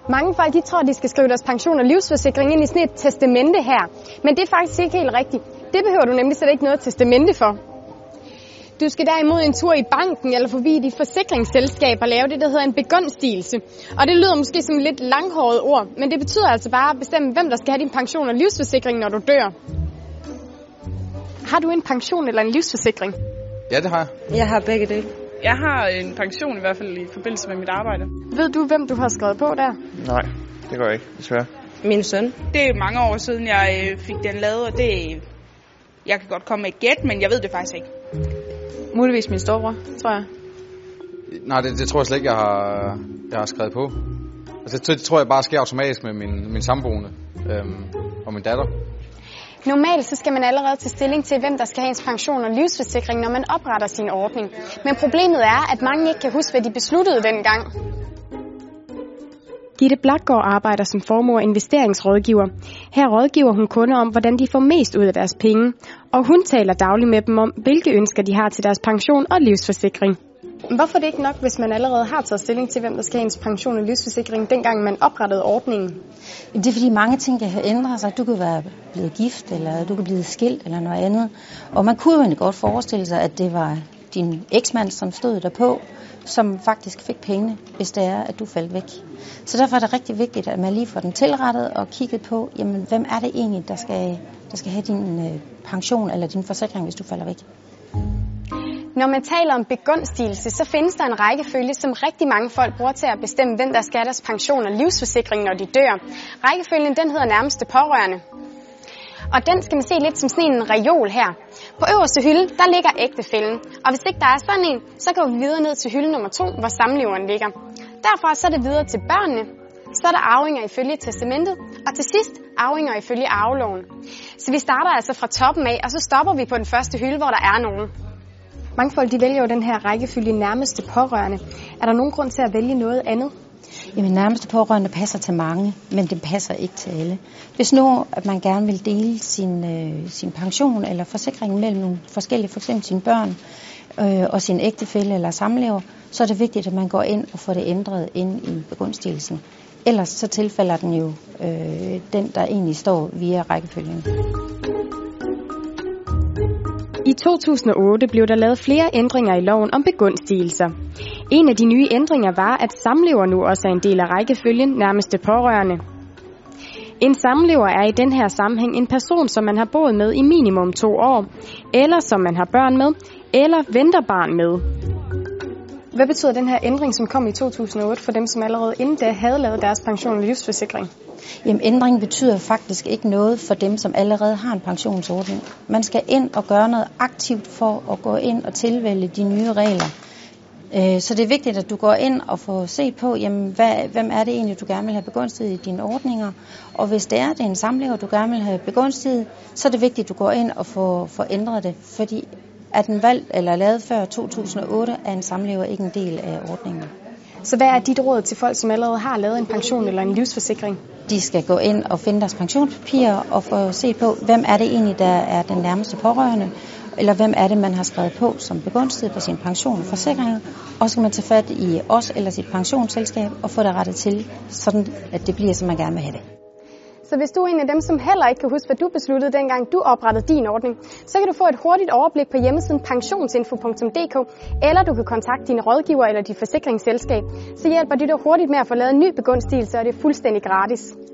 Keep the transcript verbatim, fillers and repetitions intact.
Mange folk de tror, at de skal skrive deres pension og livsforsikring ind i sådan et testamente her. Men det er faktisk ikke helt rigtigt. Det behøver du nemlig slet ikke noget testamente for. Du skal derimod en tur i banken eller forbi dit forsikringsselskab og lave det, der hedder en begunstigelse. Og det lyder måske som et lidt langhåret ord, men det betyder altså bare at bestemme, hvem der skal have din pension og livsforsikring, når du dør. Har du en pension eller en livsforsikring? Ja, det har jeg. Jeg har begge dele. Jeg har en pension i hvert fald i forbindelse med mit arbejde. Ved du, hvem du har skrevet på der? Nej, det gør jeg ikke, desværre. Min søn. Det er mange år siden, jeg fik den lavet, og det... Jeg kan godt komme med et gæt, men jeg ved det faktisk ikke. Muligvis min storebror, tror jeg. Nej, det, det tror jeg slet ikke, jeg har, jeg har skrevet på. Altså, det, det tror jeg bare sker automatisk med min, min samboende øhm, og min datter. Normalt så skal man allerede tage stilling til, hvem der skal have ens pension og livsforsikring, når man opretter sin ordning. Men problemet er, at mange ikke kan huske, hvad de besluttede dengang. Gitte Blackgaard arbejder som formue- og investeringsrådgiver. Her rådgiver hun kunder om, hvordan de får mest ud af deres penge. Og hun taler dagligt med dem om, hvilke ønsker de har til deres pension og livsforsikring. Hvorfor er det ikke nok, hvis man allerede har taget stilling til, hvem der skal have ens pension og livsforsikring, dengang man oprettede ordningen? Det er fordi mange ting kan have ændret sig. Du kan være blevet gift, eller du kan blive skilt, eller noget andet. Og man kunne jo egentlig godt forestille sig, at det var din eksmand, som stod der på, som faktisk fik pengene, hvis det er, at du faldt væk. Så derfor er det rigtig vigtigt, at man lige får den tilrettet og kigget på, jamen, hvem er det egentlig, der skal, der skal have din øh, pension eller din forsikring, hvis du falder væk. Når man taler om begunstigelse, så findes der en rækkefølge, som rigtig mange folk bruger til at bestemme, hvem der skal have deres pension og livsforsikring, når de dør. Rækkefølgen, den hedder nærmeste pårørende. Og den skal man se lidt som sådan en reol her. På øverste hylde, der ligger ægtefællen. Og hvis ikke der er sådan en, så går vi videre ned til hylde nummer to, hvor samleveren ligger. Derfra så er det videre til børnene. Så er der arvinger ifølge testamentet. Og til sidst arvinger ifølge arveloven. Så vi starter altså fra toppen af, og så stopper vi på den første hylde, hvor der er nogen. Mange folk de vælger jo den her rækkefølge nærmeste pårørende. Er der nogen grund til at vælge noget andet? Jamen nærmeste pårørende passer til mange, men det passer ikke til alle. Hvis nu at man gerne vil dele sin, øh, sin pension eller forsikring mellem nogle forskellige, f.eks. sine børn øh, og sin ægtefælle eller samlever, så er det vigtigt, at man går ind og får det ændret ind i begunstigelsen. Ellers så tilfælder den jo øh, den, der egentlig står via rækkefølgen. I to tusind og otte blev der lavet flere ændringer i loven om begunstigelser. En af de nye ændringer var, at samlever nu også er en del af rækkefølgen nærmeste pårørende. En samlever er i den her sammenhæng en person, som man har boet med i minimum to år, eller som man har børn med, eller venter barn med. Hvad betyder den her ændring, som kom i to tusind og otte for dem, som allerede inden da havde lavet deres pension og livsforsikring? Jamen, ændringen betyder faktisk ikke noget for dem, som allerede har en pensionsordning. Man skal ind og gøre noget aktivt for at gå ind og tilvælge de nye regler. Så det er vigtigt, at du går ind og får set på, jamen, hvad, hvem er det egentlig, du gerne vil have begunstiget i dine ordninger. Og hvis det er, det er en samlever, du gerne vil have begunstiget, så er det vigtigt, at du går ind og får, får ændret det. Fordi at den valgt eller lavet før to tusind og otte, er en samlever ikke en del af ordningen. Så hvad er dit råd til folk, som allerede har lavet en pension eller en livsforsikring? De skal gå ind og finde deres pensionspapirer og få set på, hvem er det egentlig, der er den nærmeste pårørende, eller hvem er det, man har skrevet på som begunstiget på sin pension og forsikringer. Og så kan man tage fat i os eller sit pensionsselskab og få det rettet til, sådan at det bliver, som man gerne vil have det. Så hvis du er en af dem, som heller ikke kan huske, hvad du besluttede, dengang du oprettede din ordning, så kan du få et hurtigt overblik på hjemmesiden pensionsinfo punktum d k, eller du kan kontakte dine rådgiver eller dit forsikringsselskab. Så hjælper de dig hurtigt med at få lavet en ny begunstigelse, og det er fuldstændig gratis.